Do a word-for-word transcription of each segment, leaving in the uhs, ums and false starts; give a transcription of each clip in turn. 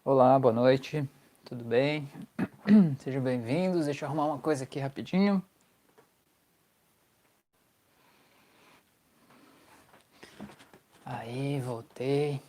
Olá, boa noite, tudo bem? Sejam bem-vindos. Deixa eu arrumar uma coisa aqui rapidinho. Aí, voltei.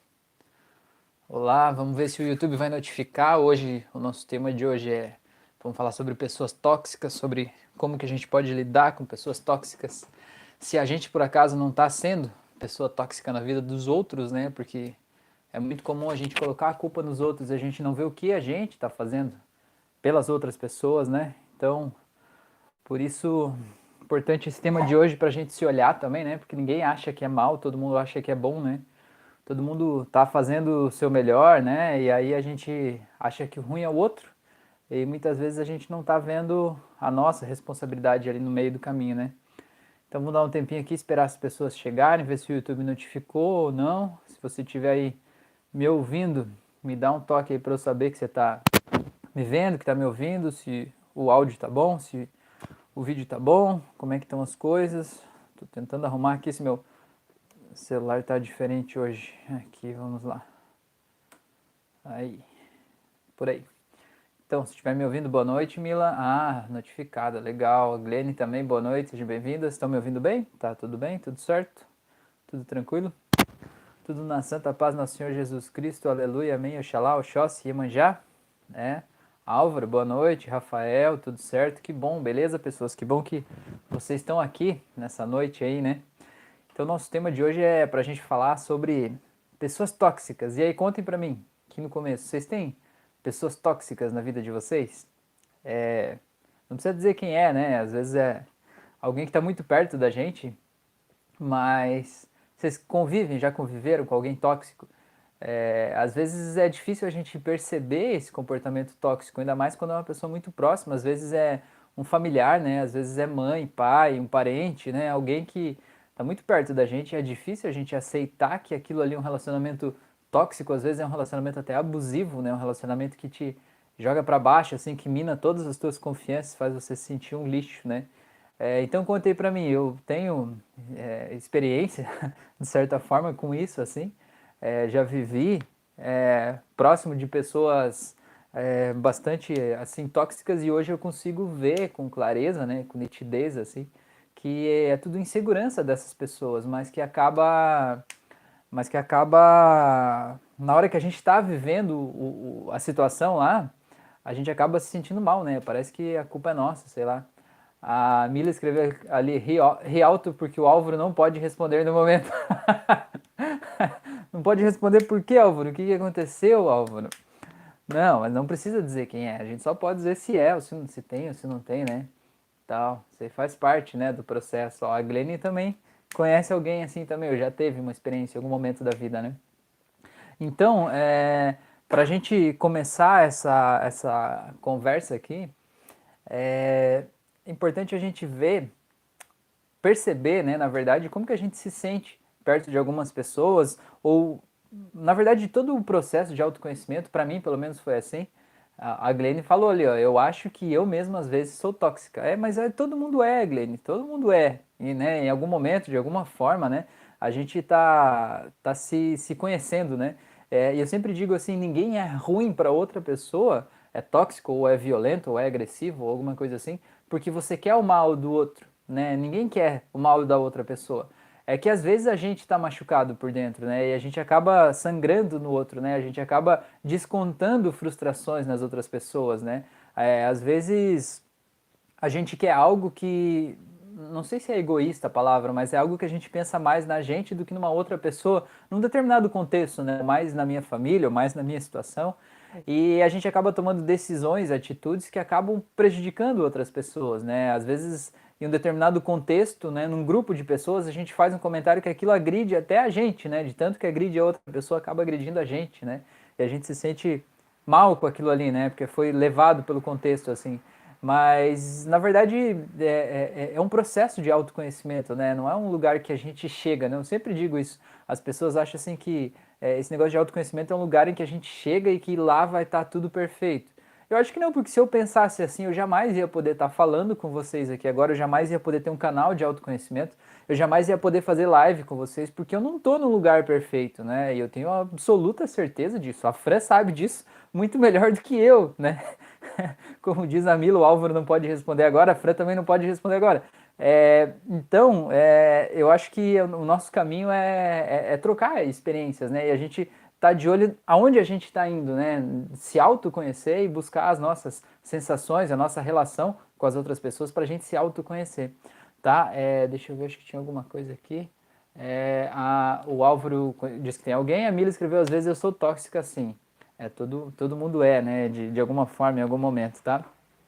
Olá, vamos ver se o YouTube vai notificar. Hoje, o nosso tema de hoje é, vamos falar sobre pessoas tóxicas, sobre como que a gente pode lidar com pessoas tóxicas. Se a gente, por acaso, não está sendo pessoa tóxica na vida dos outros, né? Porque é muito comum a gente colocar a culpa nos outros e a gente não vê o que a gente está fazendo pelas outras pessoas, né? Então, por isso, importante esse tema de hoje para a gente se olhar também, né? Porque ninguém acha que é mal, todo mundo acha que é bom, né? Todo mundo tá fazendo o seu melhor, né? E aí a gente acha que o ruim é o outro. E muitas vezes a gente não tá vendo a nossa responsabilidade ali no meio do caminho, né? Então vamos dar um tempinho aqui, esperar as pessoas chegarem, ver se o YouTube notificou ou não. Se você estiver aí me ouvindo, me dá um toque aí para eu saber que você tá me vendo, que tá me ouvindo, se o áudio tá bom, se o vídeo tá bom, como é que estão as coisas. Tô tentando arrumar aqui se meu celular tá diferente hoje. Aqui, vamos lá. Aí, por aí. Então, se estiver me ouvindo, boa noite, Mila. Ah, notificada, legal. Glene também, boa noite, sejam bem-vindas. Estão me ouvindo bem? Tá tudo bem? Tudo certo? Tudo tranquilo? Tudo na santa paz nosso Senhor Jesus Cristo, aleluia, amém, oxalá, oxóssi, iemanjá, né? Álvaro, boa noite, Rafael, tudo certo? Que bom, beleza, pessoas? Que bom que vocês estão aqui nessa noite aí, né? Então, nosso tema de hoje é pra gente falar sobre pessoas tóxicas. E aí, contem pra mim, aqui no começo, vocês têm pessoas tóxicas na vida de vocês? É, não precisa dizer quem é, né? Às vezes é alguém que está muito perto da gente, mas vocês convivem, já conviveram com alguém tóxico? É, às vezes é difícil a gente perceber esse comportamento tóxico, ainda mais quando é uma pessoa muito próxima. Às vezes é um familiar, né? Às vezes é mãe, pai, um parente, né? Alguém que está muito perto da gente. É difícil a gente aceitar que aquilo ali é um relacionamento tóxico. Às vezes é um relacionamento até abusivo, né? Um relacionamento que te joga para baixo, assim, que mina todas as tuas confianças, faz você se sentir um lixo, né? É, então contei para mim, eu tenho é, experiência de certa forma com isso, assim, é, já vivi é, próximo de pessoas é, bastante assim tóxicas e hoje eu consigo ver com clareza, né, com nitidez, assim, que é tudo insegurança dessas pessoas, mas que acaba, mas que acaba na hora que a gente está vivendo o, o, a situação lá, a gente acaba se sentindo mal, né? Parece que a culpa é nossa, sei lá. A Mila escreveu ali, ri, ri alto porque o Álvaro não pode responder no momento. Não pode responder por quê, Álvaro? O que, que aconteceu, Álvaro? Não, mas não precisa dizer quem é. A gente só pode dizer se é, ou se, se tem, ou se não tem, né? Tal. Isso aí faz parte, né, do processo. Ó, a Glenn também conhece alguém assim também, ou já teve uma experiência em algum momento da vida, né? Então, é, para a gente começar essa, essa conversa aqui, é importante a gente ver, perceber, né, na verdade, como que a gente se sente perto de algumas pessoas, ou, na verdade, todo o processo de autoconhecimento, para mim, pelo menos, foi assim. A Glenn falou ali, ó, eu acho que eu mesmo às vezes sou tóxica. É, mas é, todo mundo é, Glenn, todo mundo é. E, né, em algum momento, de alguma forma, né, a gente tá, tá se, se conhecendo, né? É, e eu sempre digo assim, ninguém é ruim para outra pessoa, é tóxico, ou é violento, ou é agressivo, ou alguma coisa assim, porque você quer o mal do outro, né? Ninguém quer o mal da outra pessoa. É que às vezes a gente está machucado por dentro, né? E a gente acaba sangrando no outro, né? A gente acaba descontando frustrações nas outras pessoas, né? É, às vezes a gente quer algo que, não sei se é egoísta a palavra, mas é algo que a gente pensa mais na gente do que numa outra pessoa, num determinado contexto, né? Mais na minha família, ou mais na minha situação. E a gente acaba tomando decisões, atitudes que acabam prejudicando outras pessoas, né? Às vezes, em um determinado contexto, né, num grupo de pessoas, a gente faz um comentário que aquilo agride até a gente, né? De tanto que agride a outra pessoa, acaba agredindo a gente, né? E a gente se sente mal com aquilo ali, né? Porque foi levado pelo contexto, assim. Mas, na verdade, é, é, é um processo de autoconhecimento, né? Não é um lugar que a gente chega, né? Eu sempre digo isso. As pessoas acham assim que é, esse negócio de autoconhecimento é um lugar em que a gente chega e que lá vai estar tudo perfeito. Eu acho que não, porque se eu pensasse assim, eu jamais ia poder estar falando com vocês aqui agora, eu jamais ia poder ter um canal de autoconhecimento, eu jamais ia poder fazer live com vocês, porque eu não estou no lugar perfeito, né? E eu tenho absoluta certeza disso. A Fran sabe disso muito melhor do que eu, né? Como diz a Mila, o Álvaro não pode responder agora, a Fran também não pode responder agora. É, então, é, eu acho que o nosso caminho é, é, é trocar experiências, né? E a gente tá de olho aonde a gente está indo, né? Se autoconhecer e buscar as nossas sensações, a nossa relação com as outras pessoas para a gente se autoconhecer, tá? É, deixa eu ver, acho que tinha alguma coisa aqui. É, a, o Álvaro disse que tem alguém, a Mila escreveu, às vezes eu sou tóxica sim. É, todo, todo mundo é, né? De, de alguma forma, em algum momento, tá?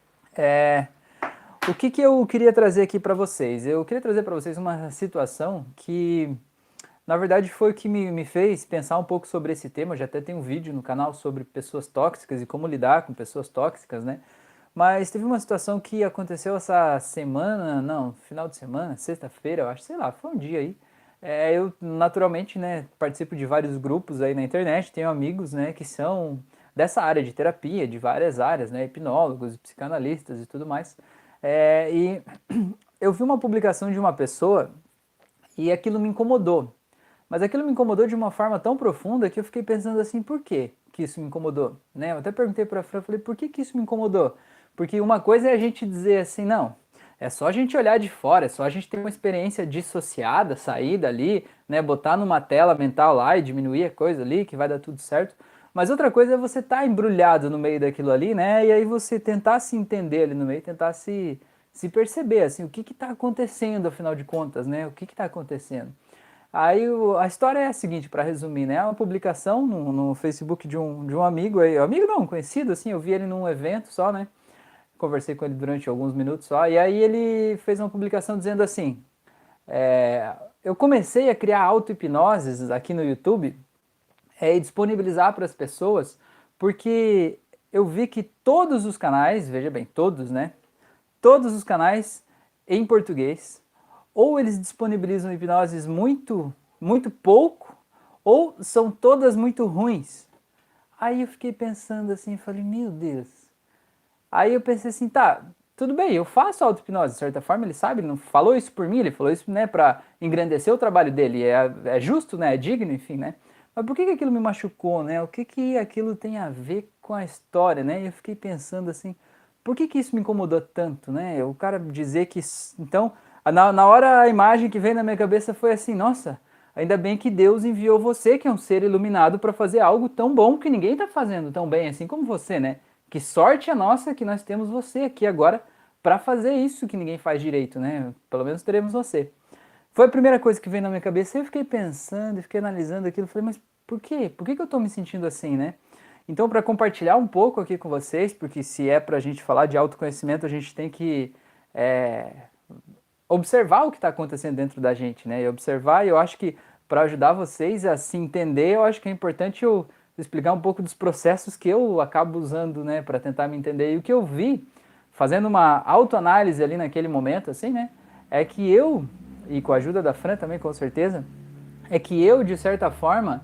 É, o que, que eu queria trazer aqui para vocês? Eu queria trazer para vocês uma situação que, na verdade, foi o que me, me fez pensar um pouco sobre esse tema. Eu já até tenho um vídeo no canal sobre pessoas tóxicas e como lidar com pessoas tóxicas, né? Mas teve uma situação que aconteceu essa semana, não, final de semana, sexta-feira, eu acho, sei lá, foi um dia aí. É, eu, naturalmente, né, participo de vários grupos aí na internet, tenho amigos, né, que são dessa área de terapia, de várias áreas, né, hipnólogos, psicanalistas e tudo mais. É, e eu vi uma publicação de uma pessoa e aquilo me incomodou. Mas aquilo me incomodou de uma forma tão profunda que eu fiquei pensando assim, por que que isso me incomodou? Né? Eu até perguntei para a Fran, falei, por que que isso me incomodou? Porque uma coisa é a gente dizer assim, não, é só a gente olhar de fora, é só a gente ter uma experiência dissociada, sair dali, né, botar numa tela mental lá e diminuir a coisa ali, que vai dar tudo certo. Mas outra coisa é você estar tá embrulhado no meio daquilo ali, né, e aí você tentar se entender ali no meio, tentar se, se perceber, assim, o que está acontecendo, afinal de contas, né, o que está acontecendo. Aí o, a história é a seguinte, para resumir, né? É uma publicação no, no Facebook de um, de um amigo aí, amigo não, conhecido, assim, eu vi ele num evento só, né? Conversei com ele durante alguns minutos só, e aí ele fez uma publicação dizendo assim, é, eu comecei a criar auto-hipnoses aqui no YouTube é, e disponibilizar para as pessoas, porque eu vi que todos os canais, veja bem, todos, né? Todos os canais em português, ou eles disponibilizam hipnoses muito, muito pouco, ou são todas muito ruins. Aí eu fiquei pensando assim, falei, meu Deus. Aí eu pensei assim, tá, tudo bem, eu faço auto-hipnose, de certa forma ele sabe, ele não falou isso por mim, ele falou isso, né, pra engrandecer o trabalho dele, é, é justo, né, é digno, enfim, né. Mas por que que aquilo me machucou, né, o que que aquilo tem a ver com a história, né, e eu fiquei pensando assim, por que que isso me incomodou tanto, né, o cara dizer que, então, na, na hora a imagem que veio na minha cabeça foi assim, nossa, ainda bem que Deus enviou você, que é um ser iluminado, para fazer algo tão bom que ninguém está fazendo tão bem assim como você, né? Que sorte a nossa que nós temos você aqui agora para fazer isso que ninguém faz direito, né? Pelo menos teremos você. Foi a primeira coisa que veio na minha cabeça. Eu fiquei pensando, fiquei analisando aquilo. Falei, mas por quê? Por que que eu estou me sentindo assim, né? Então, para compartilhar um pouco aqui com vocês, porque se é para a gente falar de autoconhecimento, a gente tem que é, observar o que está acontecendo dentro da gente, né? E observar, e eu acho que para ajudar vocês a se entender, eu acho que é importante eu explicar um pouco dos processos que eu acabo usando, né, para tentar me entender. E o que eu vi, fazendo uma autoanálise ali naquele momento, assim, né, é que eu, e com a ajuda da Fran também, com certeza, é que eu, de certa forma,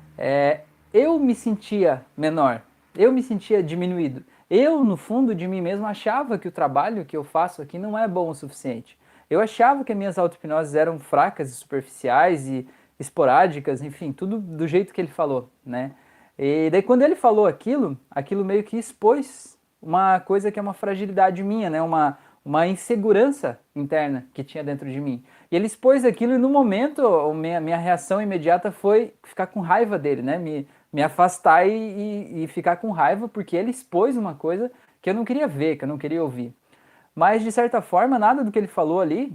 é, eu me sentia menor, eu me sentia diminuído. Eu, no fundo de mim mesmo, achava que o trabalho que eu faço aqui não é bom o suficiente. Eu achava que as minhas auto-hipnoses eram fracas e superficiais e esporádicas, enfim, tudo do jeito que ele falou, né? E daí quando ele falou aquilo, aquilo meio que expôs uma coisa que é uma fragilidade minha, né? Uma, uma insegurança interna que tinha dentro de mim. E ele expôs aquilo e no momento a minha, minha reação imediata foi ficar com raiva dele, né? Me, me afastar e, e, e ficar com raiva porque ele expôs uma coisa que eu não queria ver, que eu não queria ouvir. Mas de certa forma, nada do que ele falou ali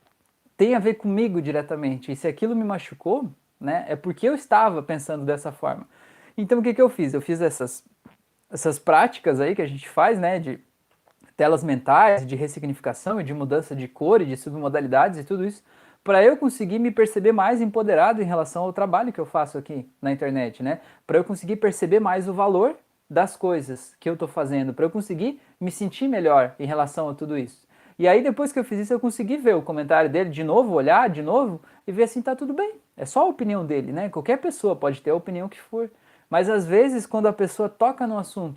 tem a ver comigo diretamente. E se aquilo me machucou, né, é porque eu estava pensando dessa forma. Então o que, que eu fiz? Eu fiz essas, essas práticas aí que a gente faz, né, de telas mentais, de ressignificação e de mudança de cor e de submodalidades e tudo isso, para eu conseguir me perceber mais empoderado em relação ao trabalho que eu faço aqui na internet, né? Para eu conseguir perceber mais o valor das coisas que eu estou fazendo, para eu conseguir me sentir melhor em relação a tudo isso. E aí depois que eu fiz isso, eu consegui ver o comentário dele de novo, olhar de novo e ver assim, tá tudo bem. É só a opinião dele, né? Qualquer pessoa pode ter a opinião que for. Mas às vezes, quando a pessoa toca no assunto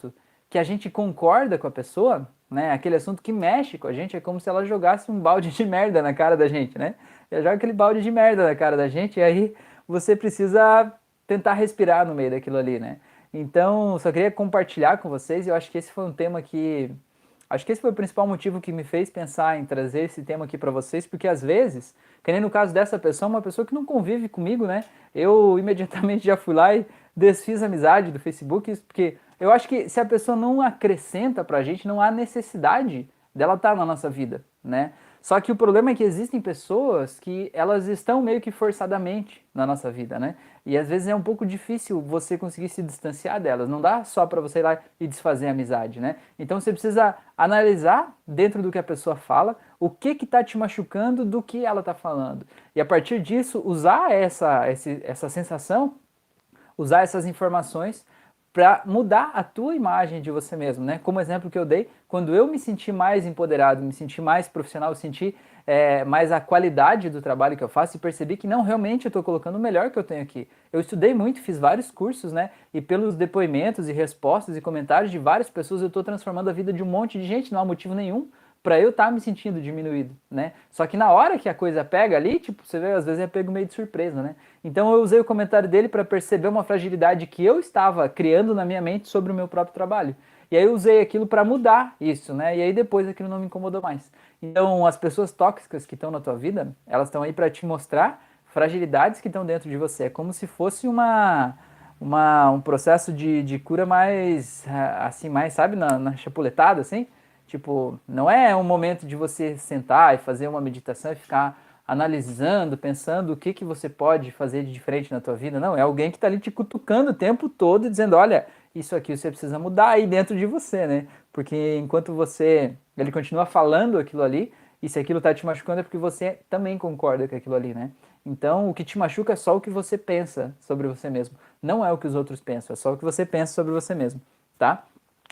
que a gente concorda com a pessoa, né? Aquele assunto que mexe com a gente, é como se ela jogasse um balde de merda na cara da gente, né? Ela joga aquele balde de merda na cara da gente e aí você precisa tentar respirar no meio daquilo ali, né? Então, só queria compartilhar com vocês, e eu acho que esse foi um tema que acho que esse foi o principal motivo que me fez pensar em trazer esse tema aqui para vocês, porque às vezes, que nem no caso dessa pessoa, uma pessoa que não convive comigo, né? Eu imediatamente já fui lá e desfiz a amizade do Facebook, porque eu acho que se a pessoa não acrescenta pra gente, não há necessidade dela estar na nossa vida, né? Só que o problema é que existem pessoas que elas estão meio que forçadamente na nossa vida, né? E às vezes é um pouco difícil você conseguir se distanciar delas. Não dá só para você ir lá e desfazer a amizade, né? Então você precisa analisar dentro do que a pessoa fala, o que que tá te machucando do que ela tá falando. E a partir disso, usar essa, esse, essa sensação, usar essas informações para mudar a tua imagem de você mesmo, né? Como exemplo que eu dei, quando eu me senti mais empoderado, me senti mais profissional, senti é, mais a qualidade do trabalho que eu faço e percebi que não, realmente eu estou colocando o melhor que eu tenho aqui. Eu estudei muito, fiz vários cursos, né? E pelos depoimentos e respostas e comentários de várias pessoas, eu estou transformando a vida de um monte de gente, não há motivo nenhum para eu estar tá me sentindo diminuído, né? Só que na hora que a coisa pega ali, tipo, você vê, às vezes é pego meio de surpresa, né? Então eu usei o comentário dele para perceber uma fragilidade que eu estava criando na minha mente sobre o meu próprio trabalho. E aí eu usei aquilo para mudar isso, né? E aí depois aquilo não me incomodou mais. Então as pessoas tóxicas que estão na tua vida, elas estão aí para te mostrar fragilidades que estão dentro de você. É como se fosse uma, uma um processo de, de cura mais, assim, mais, sabe, na, na chapuletada, assim. Tipo, não é um momento de você sentar e fazer uma meditação e ficar analisando, pensando o que, que você pode fazer de diferente na tua vida. Não, é alguém que está ali te cutucando o tempo todo e dizendo, olha, isso aqui você precisa mudar aí dentro de você, né? Porque enquanto você, ele continua falando aquilo ali, e se aquilo está te machucando é porque você também concorda com aquilo ali, né? Então, o que te machuca é só o que você pensa sobre você mesmo. Não é o que os outros pensam, é só o que você pensa sobre você mesmo, tá?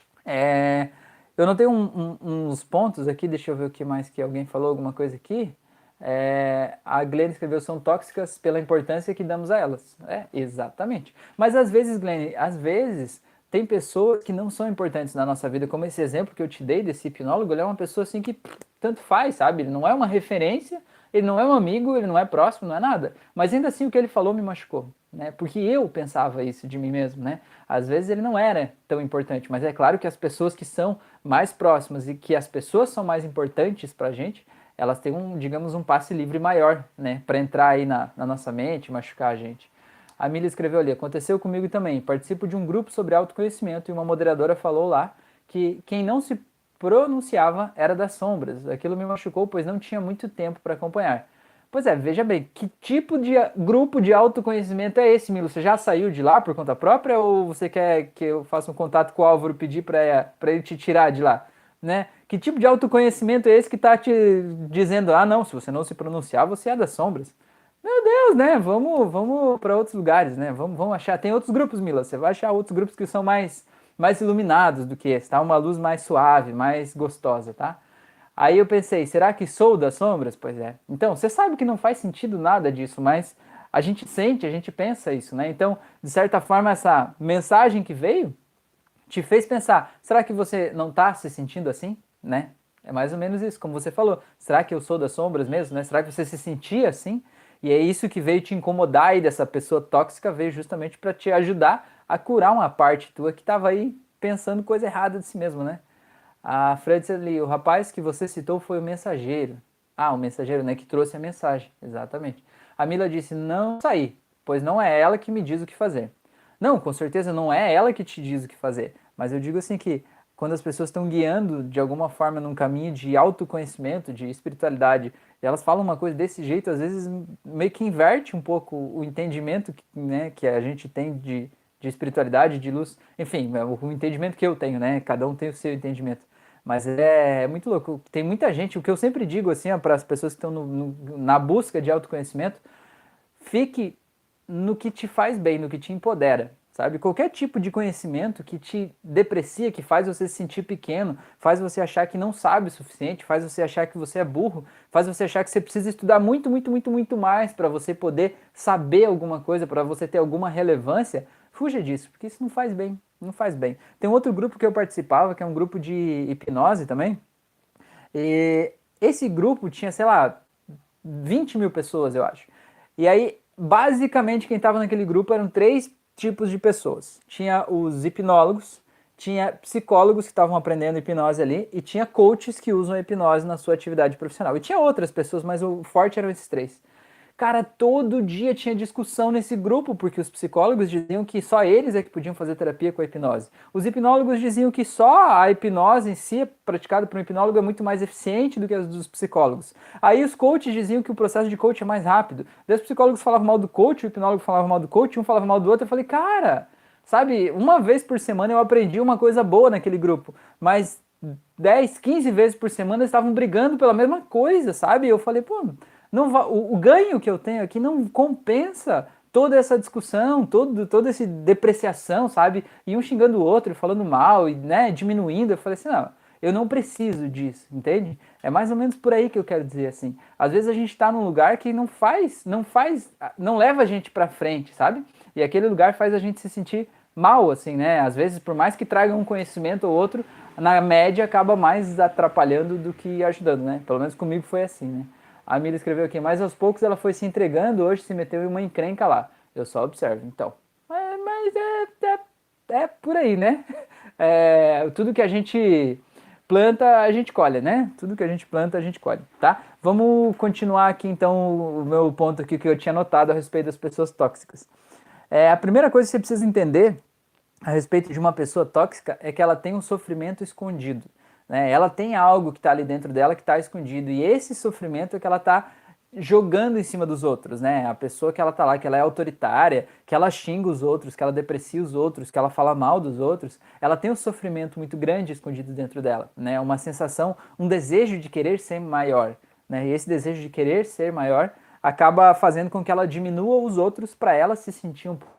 É... Eu notei um, um, uns pontos aqui, deixa eu ver o que mais que alguém falou, alguma coisa aqui. É, a Glenn escreveu, são tóxicas pela importância que damos a elas. É, exatamente. Mas às vezes, Glenn, às vezes tem pessoas que não são importantes na nossa vida, como esse exemplo que eu te dei desse hipnólogo, ele é uma pessoa assim que pff, tanto faz, sabe? Ele não é uma referência, ele não é um amigo, ele não é próximo, não é nada. Mas ainda assim o que ele falou me machucou, né? Porque eu pensava isso de mim mesmo, né? Às vezes ele não era tão importante, mas é claro que as pessoas que são mais próximas e que as pessoas são mais importantes pra gente, elas têm um, digamos, um passe livre maior, né? Para entrar aí na, na nossa mente, machucar a gente. A Mila escreveu ali, aconteceu comigo também. Participo de um grupo sobre autoconhecimento e uma moderadora falou lá que quem não se pronunciava era das sombras. Aquilo me machucou, pois não tinha muito tempo para acompanhar. Pois é, veja bem, que tipo de grupo de autoconhecimento é esse, Milo? Você já saiu de lá por conta própria ou você quer que eu faça um contato com o Álvaro e pedir para ele te tirar de lá? Né? Que tipo de autoconhecimento é esse que está te dizendo, ah não, se você não se pronunciar, você é das sombras? Meu Deus, né? Vamos, vamos para outros lugares, né? Vamos, vamos achar. Tem outros grupos, Mila. Você vai achar outros grupos que são mais, mais iluminados do que esse, tá? Uma luz mais suave, mais gostosa, tá? Aí eu pensei, será que sou das sombras? Pois é. Então, você sabe que não faz sentido nada disso, mas a gente sente, a gente pensa isso, né? Então, de certa forma, essa mensagem que veio te fez pensar, será que você não está se sentindo assim, né? É mais ou menos isso, como você falou. Será que eu sou das sombras mesmo, né? Será que você se sentia assim? E é isso que veio te incomodar aí dessa pessoa tóxica, veio justamente para te ajudar a curar uma parte tua que estava aí pensando coisa errada de si mesmo, né? A Fred disse ali, o rapaz que você citou foi o mensageiro. Ah, o mensageiro, né, que trouxe a mensagem, exatamente. A Mila disse, não sair, pois não é ela que me diz o que fazer. Não, com certeza não é ela que te diz o que fazer, mas eu digo assim que quando as pessoas estão guiando de alguma forma num caminho de autoconhecimento, de espiritualidade, e elas falam uma coisa desse jeito, às vezes meio que inverte um pouco o entendimento, né, que a gente tem de, de espiritualidade, de luz, enfim, o entendimento que eu tenho, né, cada um tem o seu entendimento. Mas é, é muito louco. Tem muita gente, o que eu sempre digo assim, para as pessoas que estão no, no, na busca de autoconhecimento, fique no que te faz bem, no que te empodera, sabe? Qualquer tipo de conhecimento que te deprecia, que faz você se sentir pequeno, faz você achar que não sabe o suficiente, faz você achar que você é burro, faz você achar que você precisa estudar muito, muito, muito, muito mais para você poder saber alguma coisa, para você ter alguma relevância, fuja disso, porque isso não faz bem, não faz bem. Tem um outro grupo que eu participava, que é um grupo de hipnose também, e esse grupo tinha, sei lá, vinte mil pessoas, eu acho. E aí, basicamente, quem estava naquele grupo eram três tipos de pessoas. Tinha os hipnólogos, tinha psicólogos que estavam aprendendo hipnose ali, e tinha coaches que usam a hipnose na sua atividade profissional. E tinha outras pessoas, mas o forte eram esses três. Cara, todo dia tinha discussão nesse grupo, porque os psicólogos diziam que só eles é que podiam fazer terapia com a hipnose. Os hipnólogos diziam que só a hipnose em si, praticada por um hipnólogo, é muito mais eficiente do que as dos psicólogos. Aí os coaches diziam que o processo de coach é mais rápido. Daí os psicólogos falavam mal do coach, o hipnólogo falava mal do coach, um falava mal do outro. Eu falei, cara, sabe, uma vez por semana eu aprendi uma coisa boa naquele grupo, mas dez, quinze vezes por semana eles estavam brigando pela mesma coisa, sabe? Eu falei, pô, não va- o, o ganho que eu tenho aqui não compensa toda essa discussão, todo, toda essa depreciação, sabe? E um xingando o outro, falando mal e, né, diminuindo. Eu falei assim, não, eu não preciso disso, entende? É mais ou menos por aí que eu quero dizer assim. Às vezes a gente está num lugar que não faz, não faz, não leva a gente para frente, sabe? E aquele lugar faz a gente se sentir mal, assim, né? Às vezes, por mais que traga um conhecimento ou outro, na média acaba mais atrapalhando do que ajudando, né? Pelo menos comigo foi assim, né? A Mila escreveu aqui, mas aos poucos ela foi se entregando, hoje se meteu em uma encrenca lá. Eu só observo, então. É, mas é, é, é por aí, né? É, tudo que a gente planta, a gente colhe, né? Tudo que a gente planta, a gente colhe, tá? Vamos continuar aqui, então, o meu ponto aqui que eu tinha notado a respeito das pessoas tóxicas. É, a primeira coisa que você precisa entender a respeito de uma pessoa tóxica é que ela tem um sofrimento escondido, né? Ela tem algo que está ali dentro dela que está escondido, e esse sofrimento é que ela está jogando em cima dos outros, né? A pessoa que ela tá lá, que ela é autoritária, que ela xinga os outros, que ela deprecia os outros, que ela fala mal dos outros, ela tem um sofrimento muito grande escondido dentro dela, né? Uma sensação, um desejo de querer ser maior, né? E esse desejo de querer ser maior acaba fazendo com que ela diminua os outros para ela se sentir um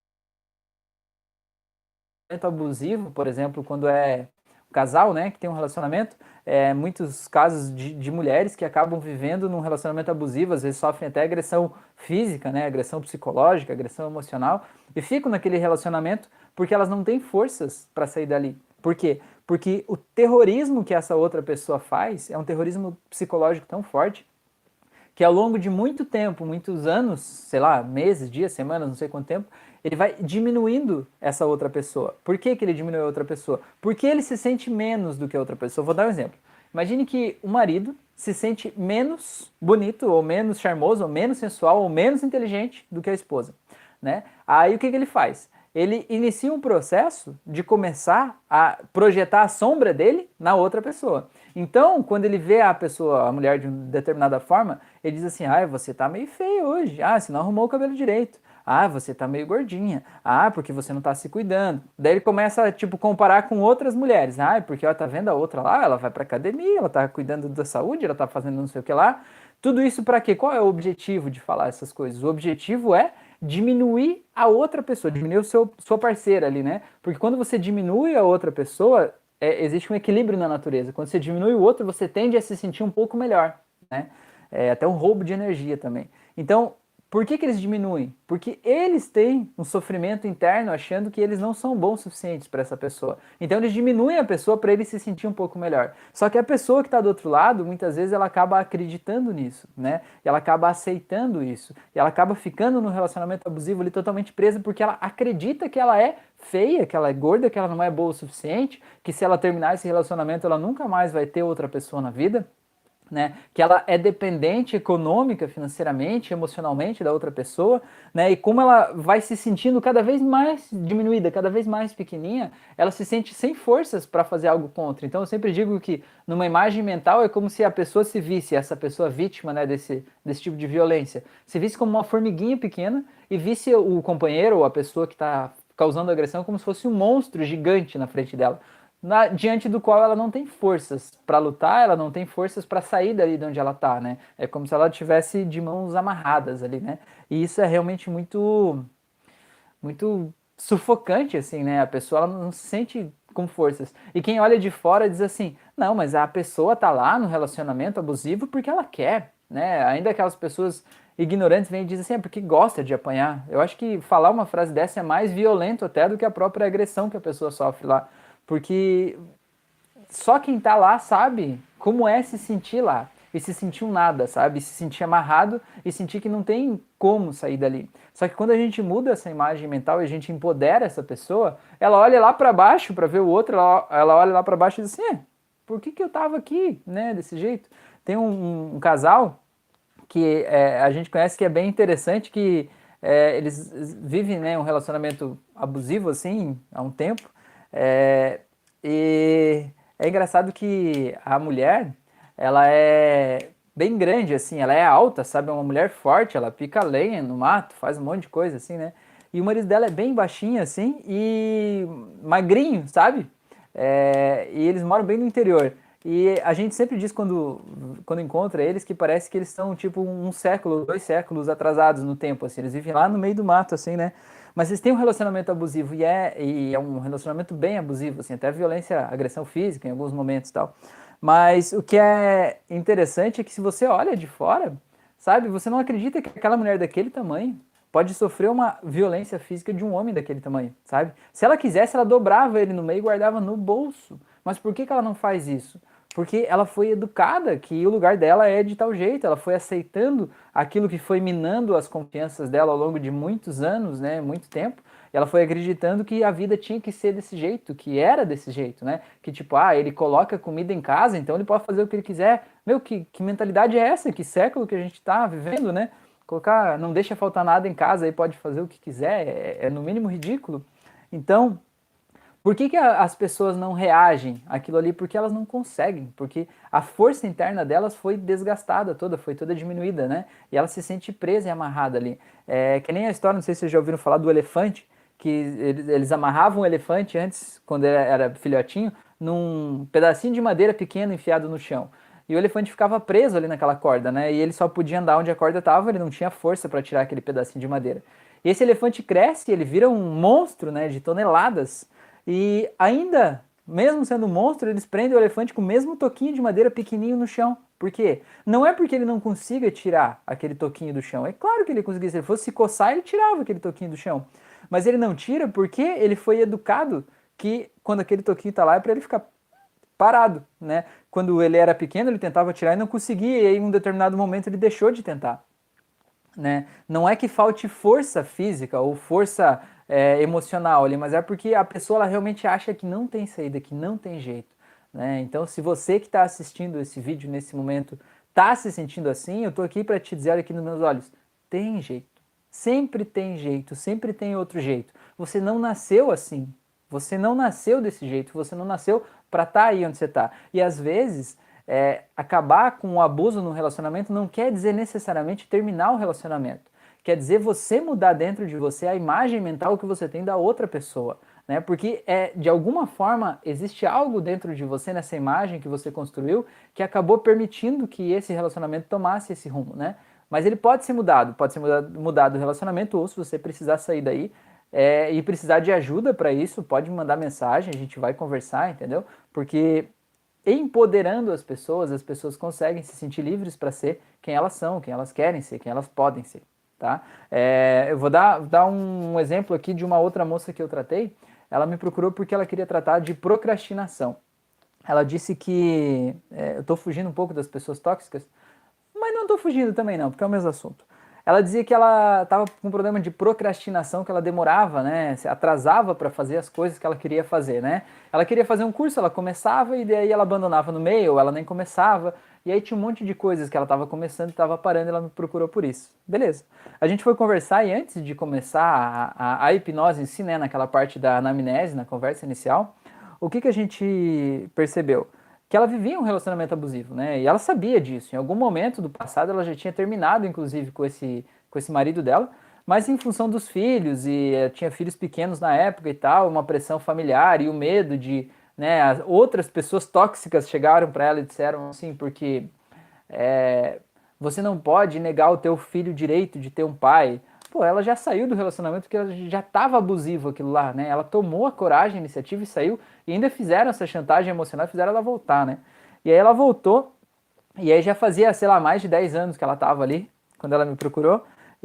abusivo, por exemplo, quando é um casal, né, que tem um relacionamento, é, muitos casos de, de mulheres que acabam vivendo num relacionamento abusivo, às vezes sofrem até agressão física, né, agressão psicológica, agressão emocional, e ficam naquele relacionamento porque elas não têm forças para sair dali. Por quê? Porque o terrorismo que essa outra pessoa faz é um terrorismo psicológico tão forte que ao longo de muito tempo, muitos anos, sei lá, meses, dias, semanas, não sei quanto tempo, ele vai diminuindo essa outra pessoa. Por que, que ele diminui a outra pessoa? Porque ele se sente menos do que a outra pessoa. Vou dar um exemplo. Imagine que o marido se sente menos bonito, ou menos charmoso, ou menos sensual, ou menos inteligente do que a esposa, né? Aí o que, que ele faz? Ele inicia um processo de começar a projetar a sombra dele na outra pessoa. Então, quando ele vê a pessoa, a mulher de uma determinada forma, ele diz assim: ah, você tá meio feio hoje. Ah, você não arrumou o cabelo direito. Ah, você tá meio gordinha. Ah, porque você não tá se cuidando. Daí ele começa a, tipo, comparar com outras mulheres. Ah, porque ela tá vendo a outra lá, ela vai pra academia, ela tá cuidando da saúde, ela tá fazendo não sei o que lá. Tudo isso para quê? Qual é o objetivo de falar essas coisas? O objetivo é diminuir a outra pessoa, diminuir o seu sua parceira ali, né? Porque quando você diminui a outra pessoa, é, existe um equilíbrio na natureza. Quando você diminui o outro, você tende a se sentir um pouco melhor, né? É até um roubo de energia também. Então, por que que eles diminuem? Porque eles têm um sofrimento interno achando que eles não são bons o suficientes para essa pessoa. Então eles diminuem a pessoa para ele se sentir um pouco melhor. Só que a pessoa que está do outro lado, muitas vezes ela acaba acreditando nisso, né? E ela acaba aceitando isso. E ela acaba ficando no relacionamento abusivo ali totalmente presa porque ela acredita que ela é feia, que ela é gorda, que ela não é boa o suficiente, que se ela terminar esse relacionamento ela nunca mais vai ter outra pessoa na vida. Né, que ela é dependente econômica, financeiramente, emocionalmente da outra pessoa, né, e como ela vai se sentindo cada vez mais diminuída, cada vez mais pequenininha, ela se sente sem forças para fazer algo contra. Então eu sempre digo que numa imagem mental é como se a pessoa se visse, essa pessoa vítima, né, desse, desse tipo de violência, se visse como uma formiguinha pequena e visse o companheiro ou a pessoa que está causando agressão como se fosse um monstro gigante na frente dela. Na, diante do qual ela não tem forças para lutar, ela não tem forças para sair dali de onde ela está, né? É como se ela tivesse de mãos amarradas ali, né? E isso é realmente muito, muito sufocante, assim, né? A pessoa ela não se sente com forças. E quem olha de fora diz assim: não, mas a pessoa tá lá no relacionamento abusivo porque ela quer. né? Ainda aquelas pessoas ignorantes vêm e dizem assim, é porque gosta de apanhar. Eu acho que falar uma frase dessa é mais violento até do que a própria agressão que a pessoa sofre lá. Porque só quem tá lá sabe como é se sentir lá. E se sentir um nada, sabe? Se sentir amarrado e sentir que não tem como sair dali. Só que quando a gente muda essa imagem mental e a gente empodera essa pessoa, ela olha lá para baixo para ver o outro, ela, ela olha lá para baixo e diz assim, é, por que que eu tava aqui, né, desse jeito? Tem um, um, um casal que é, a gente conhece que é bem interessante, que é, eles vivem, né, um relacionamento abusivo, assim, há um tempo, é, e é engraçado que a mulher, ela é bem grande, assim, ela é alta, sabe, é uma mulher forte, ela pica lenha no mato, faz um monte de coisa, assim, né, e o marido dela é bem baixinho, assim, e magrinho, sabe, é, e eles moram bem no interior. E a gente sempre diz quando, quando encontra eles que parece que eles são tipo um século, dois séculos atrasados no tempo, assim. Eles vivem lá no meio do mato, assim, né? Mas eles têm um relacionamento abusivo e é, e é um relacionamento bem abusivo, assim, até violência, agressão física em alguns momentos e tal. Mas o que é interessante é que se você olha de fora, sabe, você não acredita que aquela mulher daquele tamanho pode sofrer uma violência física de um homem daquele tamanho, sabe? Se ela quisesse, ela dobrava ele no meio e guardava no bolso. Mas por que que ela não faz isso? Porque ela foi educada que o lugar dela é de tal jeito, ela foi aceitando aquilo que foi minando as confianças dela ao longo de muitos anos, né, muito tempo, e ela foi acreditando que a vida tinha que ser desse jeito, que era desse jeito, né, que tipo, ah, ele coloca comida em casa, então ele pode fazer o que ele quiser. Meu, que, que mentalidade é essa? Que século que a gente tá vivendo, né? Colocar, não deixa faltar nada em casa e pode fazer o que quiser, é, é no mínimo ridículo. Então, por que que a- as pessoas não reagem àquilo ali? Porque elas não conseguem, porque a força interna delas foi desgastada toda, foi toda diminuída, né? E ela se sente presa e amarrada ali. É que nem a história, não sei se vocês já ouviram falar do elefante, que eles, eles amarravam o elefante antes, quando ele era filhotinho, num pedacinho de madeira pequeno enfiado no chão. E o elefante ficava preso ali naquela corda, né? E ele só podia andar onde a corda estava, ele não tinha força para tirar aquele pedacinho de madeira. E esse elefante cresce, ele vira um monstro, né, de toneladas. E ainda, mesmo sendo um monstro, eles prendem o elefante com o mesmo toquinho de madeira pequenininho no chão. Por quê? Não é porque ele não consiga tirar aquele toquinho do chão. É claro que ele conseguia. Se ele fosse se coçar, ele tirava aquele toquinho do chão. Mas ele não tira porque ele foi educado que quando aquele toquinho está lá é para ele ficar parado, né? Quando ele era pequeno, ele tentava tirar e não conseguia, e aí em um determinado momento ele deixou de tentar, né? Não é que falte força física ou força é, emocional ali, mas é porque a pessoa ela realmente acha que não tem saída, que não tem jeito, né? Então, se você que está assistindo esse vídeo nesse momento está se sentindo assim, eu estou aqui para te dizer, olha aqui nos meus olhos, tem jeito. Sempre tem jeito, sempre tem outro jeito. Você não nasceu assim. Você não nasceu desse jeito, você não nasceu para estar tá aí onde você está. E às vezes, é, acabar com o abuso no relacionamento não quer dizer necessariamente terminar o relacionamento. Quer dizer você mudar dentro de você a imagem mental que você tem da outra pessoa. Né? Porque é, de alguma forma existe algo dentro de você, nessa imagem que você construiu, que acabou permitindo que esse relacionamento tomasse esse rumo. Né? Mas ele pode ser mudado, pode ser mudado, mudado o relacionamento, ou se você precisar sair daí, é, e precisar de ajuda para isso, pode me mandar mensagem, a gente vai conversar, entendeu? Porque empoderando as pessoas, as pessoas conseguem se sentir livres para ser quem elas são, quem elas querem ser, quem elas podem ser, tá? É, eu vou dar, dar um exemplo aqui de uma outra moça que eu tratei. Ela me procurou porque ela queria tratar de procrastinação. Ela disse que é, eu estou fugindo um pouco das pessoas tóxicas, mas não estou fugindo também não, porque é o mesmo assunto. Ela dizia que ela estava com um problema de procrastinação, que ela demorava, né, se atrasava para fazer as coisas que ela queria fazer, né? Ela queria fazer um curso, ela começava e daí ela abandonava no meio, ou ela nem começava, e aí tinha um monte de coisas que ela estava começando e estava parando e ela me procurou por isso. Beleza. A gente foi conversar e antes de começar a, a, a hipnose em si, né, naquela parte da anamnese, na conversa inicial, o que, que a gente percebeu? Que ela vivia um relacionamento abusivo, né? E ela sabia disso. Em algum momento do passado ela já tinha terminado, inclusive, com esse, com esse marido dela, mas em função dos filhos, e eh, tinha filhos pequenos na época e tal, uma pressão familiar e o medo de, né, as outras pessoas tóxicas chegaram para ela e disseram assim, porque é, você não pode negar o teu filho o direito de ter um pai. Pô, ela já saiu do relacionamento porque ela já estava abusivo aquilo lá, né? Ela tomou a coragem, a iniciativa e saiu, e ainda fizeram essa chantagem emocional e fizeram ela voltar, né? E aí ela voltou E aí já fazia, sei lá, mais de dez anos que ela tava ali, quando ela me procurou.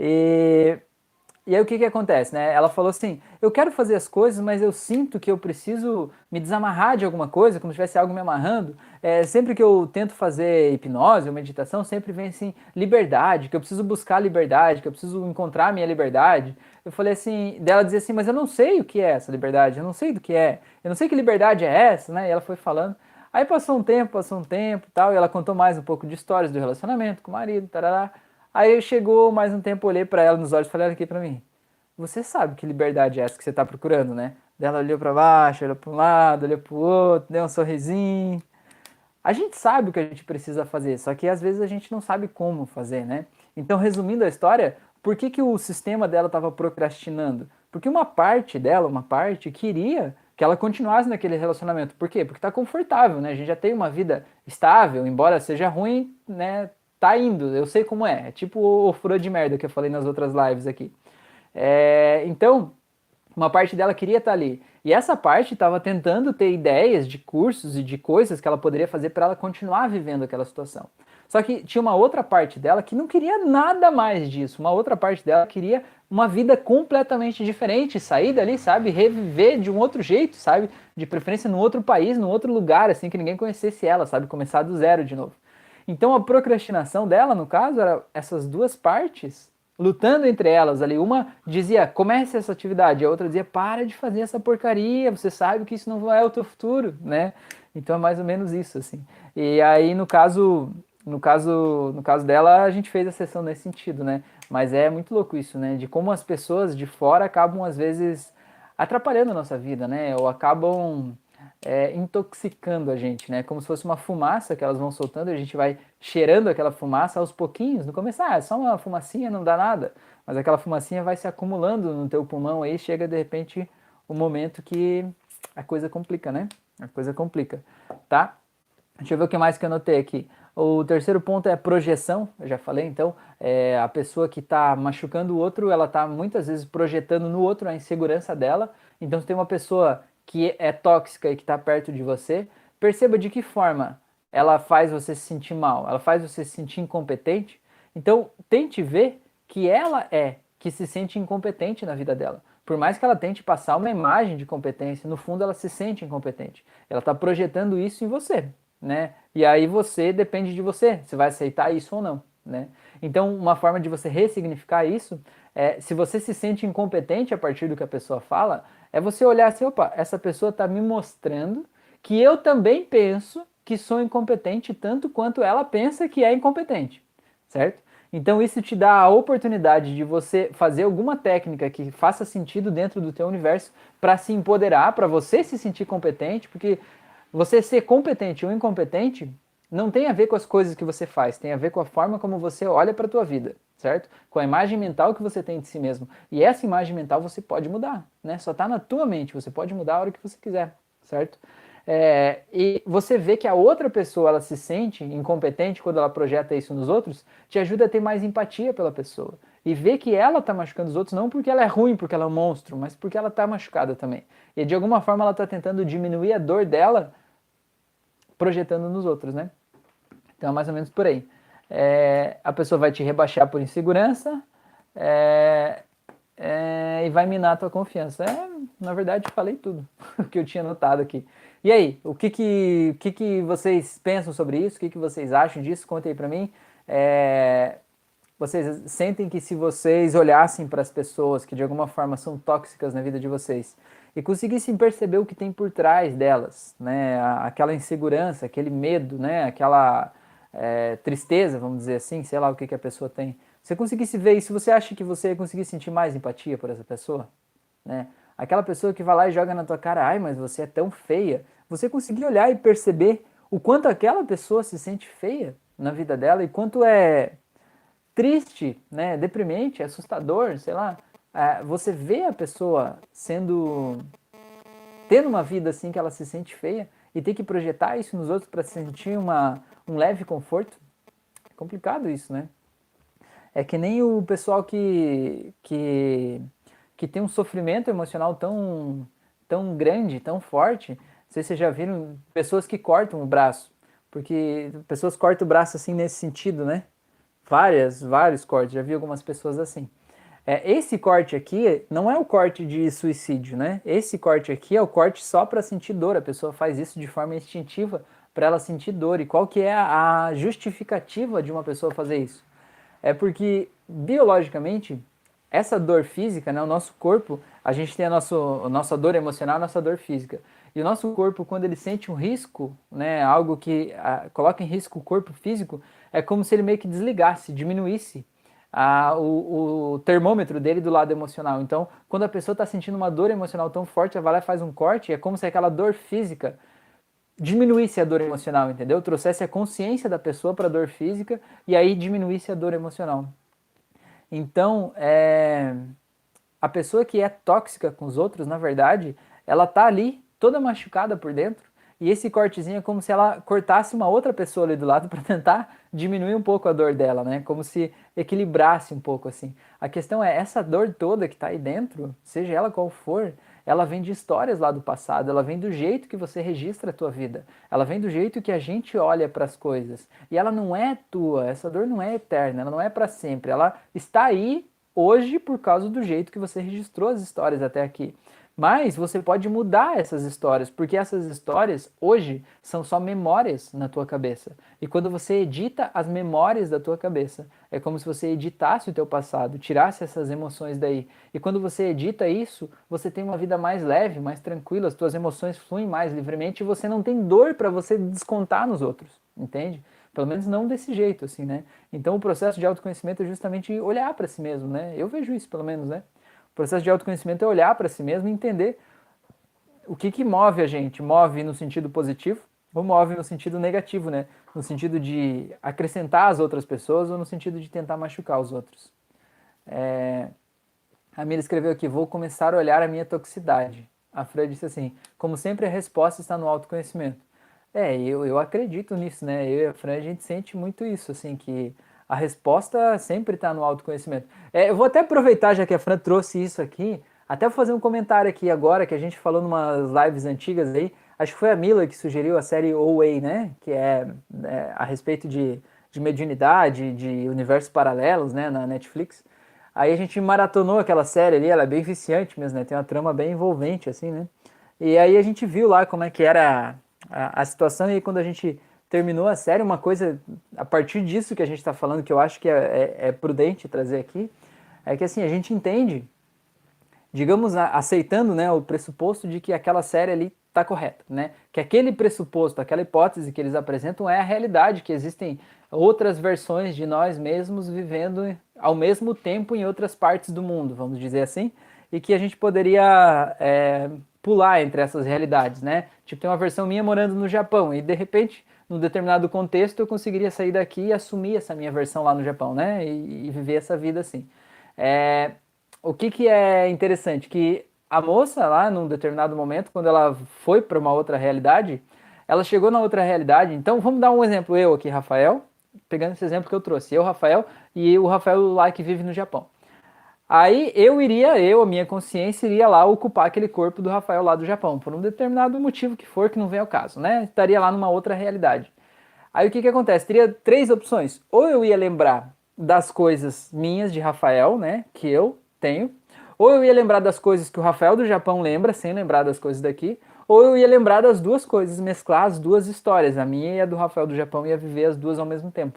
E, e aí o que que acontece, né? Ela falou assim, eu quero fazer as coisas, mas eu sinto que eu preciso me desamarrar de alguma coisa, como se tivesse algo me amarrando. É, sempre que eu tento fazer hipnose ou meditação, sempre vem assim, liberdade, que eu preciso buscar liberdade, que eu preciso encontrar a minha liberdade. Eu falei assim, dela dizer assim, mas eu não sei o que é essa liberdade, eu não sei do que é, eu não sei que liberdade é essa, né? E ela foi falando. Aí passou um tempo, passou um tempo e tal, e ela contou mais um pouco de histórias do relacionamento com o marido, tarará. Aí chegou mais um tempo, eu olhei pra ela nos olhos e falei, olha aqui pra mim, você sabe que liberdade é essa que você tá procurando, né? Daí ela olhou pra baixo, olhou pra um lado, olhou pro outro, deu um sorrisinho. A gente sabe o que a gente precisa fazer, só que às vezes a gente não sabe como fazer, né? Então, resumindo a história, por que, que o sistema dela estava procrastinando? Porque uma parte dela, uma parte, queria que ela continuasse naquele relacionamento. Por quê? Porque tá confortável, né? A gente já tem uma vida estável, embora seja ruim, né? Tá indo, eu sei como é. É tipo o furo de merda que eu falei nas outras lives aqui. É, então, uma parte dela queria estar ali. E essa parte estava tentando ter ideias de cursos e de coisas que ela poderia fazer para ela continuar vivendo aquela situação. Só que tinha uma outra parte dela que não queria nada mais disso. Uma outra parte dela queria uma vida completamente diferente, sair dali, sabe, reviver de um outro jeito, sabe, de preferência num outro país, num outro lugar, assim que ninguém conhecesse ela, sabe, começar do zero de novo. Então a procrastinação dela, no caso, era essas duas partes lutando entre elas ali. Uma dizia, comece essa atividade, a outra dizia, para de fazer essa porcaria, você sabe que isso não é o teu futuro, né? Então é mais ou menos isso, assim. E aí, no caso, no caso, no caso dela, a gente fez a sessão nesse sentido, né? Mas é muito louco isso, né? De como as pessoas de fora acabam, às vezes, atrapalhando a nossa vida, né? Ou acabam é, intoxicando a gente, né? Como se fosse uma fumaça que elas vão soltando e a gente vai cheirando aquela fumaça aos pouquinhos. No começo, ah, é só uma fumacinha, não dá nada. Mas aquela fumacinha vai se acumulando no teu pulmão aí, chega de repente o momento que a coisa complica, né? A coisa complica, tá? Deixa eu ver o que mais que eu anotei aqui. O terceiro ponto é projeção, eu já falei, então, é a pessoa que está machucando o outro, ela está muitas vezes projetando no outro a insegurança dela. Então, se tem uma pessoa que é tóxica e que está perto de você, perceba de que forma ela faz você se sentir mal, ela faz você se sentir incompetente. Então, tente ver que ela é que se sente incompetente na vida dela. Por mais que ela tente passar uma imagem de competência, no fundo ela se sente incompetente. Ela está projetando isso em você, né? E aí você depende de você, se vai aceitar isso ou não, né? Então, uma forma de você ressignificar isso é, se você se sente incompetente a partir do que a pessoa fala, é você olhar assim, opa, essa pessoa está me mostrando que eu também penso que sou incompetente tanto quanto ela pensa que é incompetente, certo? Então isso te dá a oportunidade de você fazer alguma técnica que faça sentido dentro do teu universo para se empoderar, para você se sentir competente, porque você ser competente ou incompetente não tem a ver com as coisas que você faz, tem a ver com a forma como você olha para a tua vida, certo? Com a imagem mental que você tem de si mesmo. E essa imagem mental você pode mudar, né? Só está na tua mente, você pode mudar a hora que você quiser, certo? É, e você vê que a outra pessoa ela se sente incompetente quando ela projeta isso nos outros, te ajuda a ter mais empatia pela pessoa. E ver que ela está machucando os outros não porque ela é ruim, porque ela é um monstro, mas porque ela está machucada também. E de alguma forma ela está tentando diminuir a dor dela projetando nos outros, né? Então é mais ou menos por aí. É, a pessoa vai te rebaixar por insegurança é, é, e vai minar a tua confiança. É, na verdade, falei tudo o que eu tinha notado aqui. E aí, o que que, o que que vocês pensam sobre isso? O que que vocês acham disso? Conta aí pra mim. É, vocês sentem que se vocês olhassem para as pessoas que de alguma forma são tóxicas na vida de vocês e conseguissem perceber o que tem por trás delas, né? Aquela insegurança, aquele medo, né? Aquela é, tristeza, vamos dizer assim, sei lá o que, que a pessoa tem. Você conseguisse ver isso, você acha que você ia conseguir sentir mais empatia por essa pessoa? Né? Aquela pessoa que vai lá e joga na tua cara, ai, mas você é tão feia. Você conseguir olhar e perceber o quanto aquela pessoa se sente feia na vida dela e quanto é triste, né, deprimente, assustador, sei lá, é, você vê a pessoa sendo tendo uma vida assim que ela se sente feia e tem que projetar isso nos outros para sentir uma, um leve conforto. É complicado isso, né? É que nem o pessoal que, que, que tem um sofrimento emocional tão, tão grande, tão forte. Não sei se vocês já viram pessoas que cortam o braço Porque pessoas cortam o braço assim nesse sentido, né? Várias, vários cortes, já vi algumas pessoas assim. É, esse corte aqui não é o corte de suicídio, né? Esse corte aqui é o corte só para sentir dor. A pessoa faz isso de forma instintiva para ela sentir dor. E qual que é a justificativa de uma pessoa fazer isso? É porque, biologicamente, essa dor física, né, o nosso corpo, a gente tem a, nosso, a nossa dor emocional, a nossa dor física. E o nosso corpo, quando ele sente um risco, né, algo que a, coloca em risco o corpo físico, é como se ele meio que desligasse, diminuísse a, o, o termômetro dele do lado emocional. Então, quando a pessoa está sentindo uma dor emocional tão forte, ela vai lá e faz um corte, é como se aquela dor física diminuísse a dor emocional, entendeu? Trouxesse a consciência da pessoa para a dor física e aí diminuísse a dor emocional. Então, é, a pessoa que é tóxica com os outros, na verdade, ela tá ali toda machucada por dentro e esse cortezinho é como se ela cortasse uma outra pessoa ali do lado para tentar diminuir um pouco a dor dela, né? Como se equilibrasse um pouco assim. A questão é, essa dor toda que está aí dentro, seja ela qual for, ela vem de histórias lá do passado, ela vem do jeito que você registra a tua vida, ela vem do jeito que a gente olha para as coisas. E ela não é tua, essa dor não é eterna, ela não é para sempre, ela está aí hoje por causa do jeito que você registrou as histórias até aqui. Mas você pode mudar essas histórias, porque essas histórias hoje são só memórias na tua cabeça. E quando você edita as memórias da tua cabeça, é como se você editasse o teu passado, tirasse essas emoções daí. E quando você edita isso, você tem uma vida mais leve, mais tranquila, as tuas emoções fluem mais livremente e você não tem dor para você descontar nos outros, entende? Pelo menos não desse jeito, assim, né? Então o processo de autoconhecimento é justamente olhar para si mesmo, né? Eu vejo isso, pelo menos, né? O processo de autoconhecimento é olhar para si mesmo e entender o que que move a gente. Move no sentido positivo ou move no sentido negativo, né? No sentido de acrescentar as outras pessoas ou no sentido de tentar machucar os outros. É... A Mila escreveu aqui, vou começar a olhar a minha toxicidade. A Fran disse assim, como sempre a resposta está no autoconhecimento. É, eu, eu acredito nisso, né? Eu e a Fran, a gente sente muito isso, assim, que a resposta sempre está no autoconhecimento. É, eu vou até aproveitar, já que a Fran trouxe isso aqui, até vou fazer um comentário aqui agora, que a gente falou numas lives antigas aí, acho que foi a Mila que sugeriu a série O A, né? Que é, é a respeito de, de mediunidade, de universos paralelos, né? Na Netflix. Aí a gente maratonou aquela série ali, ela é bem viciante mesmo, né? Tem uma trama bem envolvente, assim, né? E aí a gente viu lá como é que era a, a situação, e aí quando a gente terminou a série, uma coisa, a partir disso que a gente está falando, que eu acho que é, é, é prudente trazer aqui, é que assim, a gente entende, digamos, a, aceitando, né, o pressuposto de que aquela série ali está correta, né? Que aquele pressuposto, aquela hipótese que eles apresentam é a realidade, que existem outras versões de nós mesmos vivendo ao mesmo tempo em outras partes do mundo, vamos dizer assim, e que a gente poderia é, pular entre essas realidades, né? Tipo, tem uma versão minha morando no Japão e de repente, num determinado contexto, eu conseguiria sair daqui e assumir essa minha versão lá no Japão, né? E, e viver essa vida assim. É, o que que é interessante? Que a moça lá, num determinado momento, quando ela foi para uma outra realidade, ela chegou na outra realidade. Então, vamos dar um exemplo. Eu aqui, Rafael, pegando esse exemplo que eu trouxe. Eu, Rafael, e o Rafael lá que vive no Japão. Aí eu iria, eu, a minha consciência, iria lá ocupar aquele corpo do Rafael lá do Japão, por um determinado motivo que for, que não vem ao caso, né? Estaria lá numa outra realidade. Aí o que que acontece? Teria três opções. Ou eu ia lembrar das coisas minhas de Rafael, né? Que eu tenho. Ou eu ia lembrar das coisas que o Rafael do Japão lembra, sem lembrar das coisas daqui. Ou eu ia lembrar das duas coisas, mesclar as duas histórias, a minha e a do Rafael do Japão, ia viver as duas ao mesmo tempo.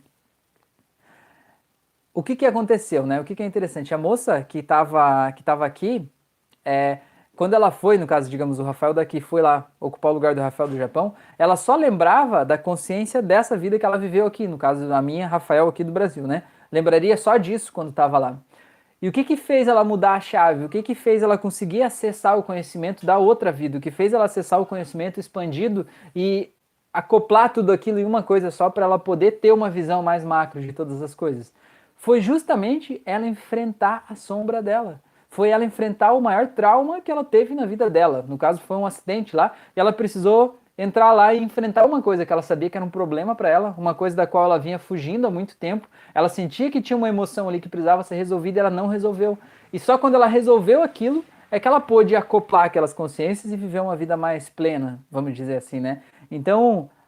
O que que aconteceu, né? O que que é interessante? A moça que estava que tava aqui, é, quando ela foi, no caso, digamos, o Rafael daqui foi lá ocupar o lugar do Rafael do Japão, ela só lembrava da consciência dessa vida que ela viveu aqui, no caso, a minha, Rafael, aqui do Brasil, né? Lembraria só disso quando estava lá. E o que que fez ela mudar a chave? O que que fez ela conseguir acessar o conhecimento da outra vida? O que fez ela acessar o conhecimento expandido e acoplar tudo aquilo em uma coisa só para ela poder ter uma visão mais macro de todas as coisas? Foi justamente ela enfrentar a sombra dela. Foi ela enfrentar o maior trauma que ela teve na vida dela. No caso, foi um acidente lá, e ela precisou entrar lá e enfrentar uma coisa que ela sabia que era um problema para ela, uma coisa da qual ela vinha fugindo há muito tempo. Ela sentia que tinha uma emoção ali que precisava ser resolvida e ela não resolveu. E só quando ela resolveu aquilo é que ela pôde acoplar aquelas consciências e viver uma vida mais plena, vamos dizer assim, né? Então,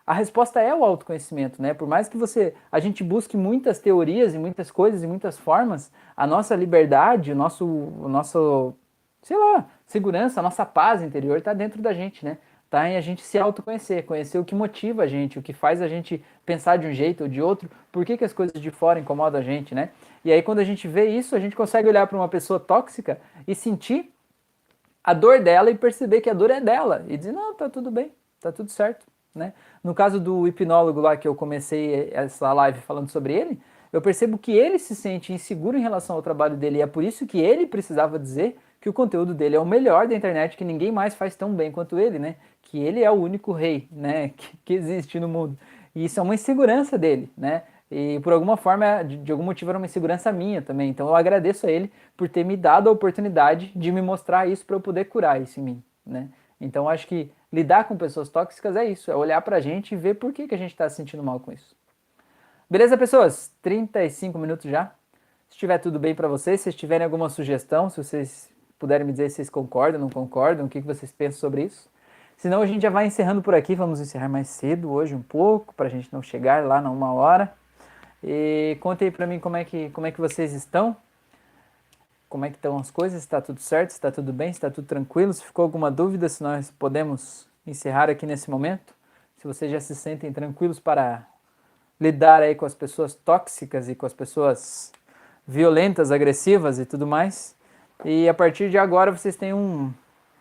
a resposta é o autoconhecimento, né? Por mais que você, a gente busque muitas teorias e muitas coisas e muitas formas, a nossa liberdade, o nosso, o nosso, sei lá, segurança, a nossa paz interior está dentro da gente, né? Tá em a gente se autoconhecer, conhecer o que motiva a gente, o que faz a gente pensar de um jeito ou de outro, por que, que as coisas de fora incomodam a gente, né? E aí quando a gente vê isso, a gente consegue olhar para uma pessoa tóxica e sentir a dor dela e perceber que a dor é dela e dizer, não, tá tudo bem, tá tudo certo, né? No caso do hipnólogo lá que eu comecei essa live falando sobre ele, eu percebo que ele se sente inseguro em relação ao trabalho dele e é por isso que ele precisava dizer que o conteúdo dele é o melhor da internet, que ninguém mais faz tão bem quanto ele, né? Que ele é o único rei, né, que, que existe no mundo. E isso é uma insegurança dele, né? E por alguma forma, de, de algum motivo, era uma insegurança minha também. Então eu agradeço a ele por ter me dado a oportunidade de me mostrar isso para eu poder curar isso em mim, né? Então eu acho que lidar com pessoas tóxicas é isso, é olhar pra gente e ver por que, que a gente está se sentindo mal com isso. Beleza, pessoas? trinta e cinco minutos já. Se estiver tudo bem para vocês, se vocês tiverem alguma sugestão, se vocês puderem me dizer se vocês concordam, não concordam, o que, que vocês pensam sobre isso. Senão a gente já vai encerrando por aqui, vamos encerrar mais cedo hoje um pouco, para a gente não chegar lá na uma hora. E conte aí para mim como é, que, como é que vocês estão, como é que estão as coisas, se está tudo certo, se está tudo bem, se está tudo tranquilo, se ficou alguma dúvida, se nós podemos encerrar aqui nesse momento, se vocês já se sentem tranquilos para lidar aí com as pessoas tóxicas e com as pessoas violentas, agressivas e tudo mais. E a partir de agora vocês têm um,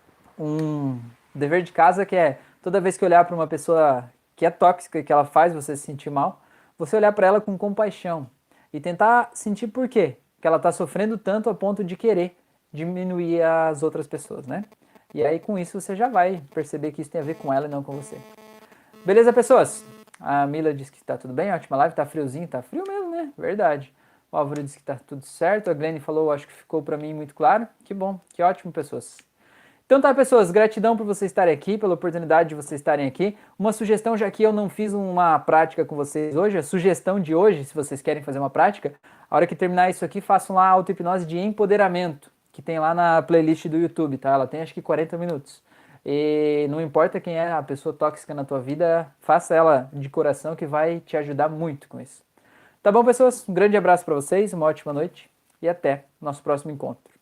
um dever de casa que é, toda vez que olhar para uma pessoa que é tóxica e que ela faz você se sentir mal, você olhar para ela com compaixão e tentar sentir por quê que ela está sofrendo tanto a ponto de querer diminuir as outras pessoas, né? E aí com isso você já vai perceber que isso tem a ver com ela e não com você. Beleza, pessoas? A Mila disse que tá tudo bem, ótima live, tá friozinho, tá frio mesmo, né? Verdade. O Álvaro disse que tá tudo certo, a Glenn falou, acho que ficou para mim muito claro. Que bom, que ótimo, pessoas. Então tá, pessoas, gratidão por vocês estarem aqui, pela oportunidade de vocês estarem aqui. Uma sugestão, já que eu não fiz uma prática com vocês hoje, a sugestão de hoje, se vocês querem fazer uma prática, a hora que terminar isso aqui, façam lá a auto-hipnose de empoderamento, que tem lá na playlist do YouTube, tá? Ela tem acho que quarenta minutos. E não importa quem é a pessoa tóxica na tua vida, faça ela de coração que vai te ajudar muito com isso. Tá bom, pessoas? Um grande abraço para vocês, uma ótima noite e até o nosso próximo encontro.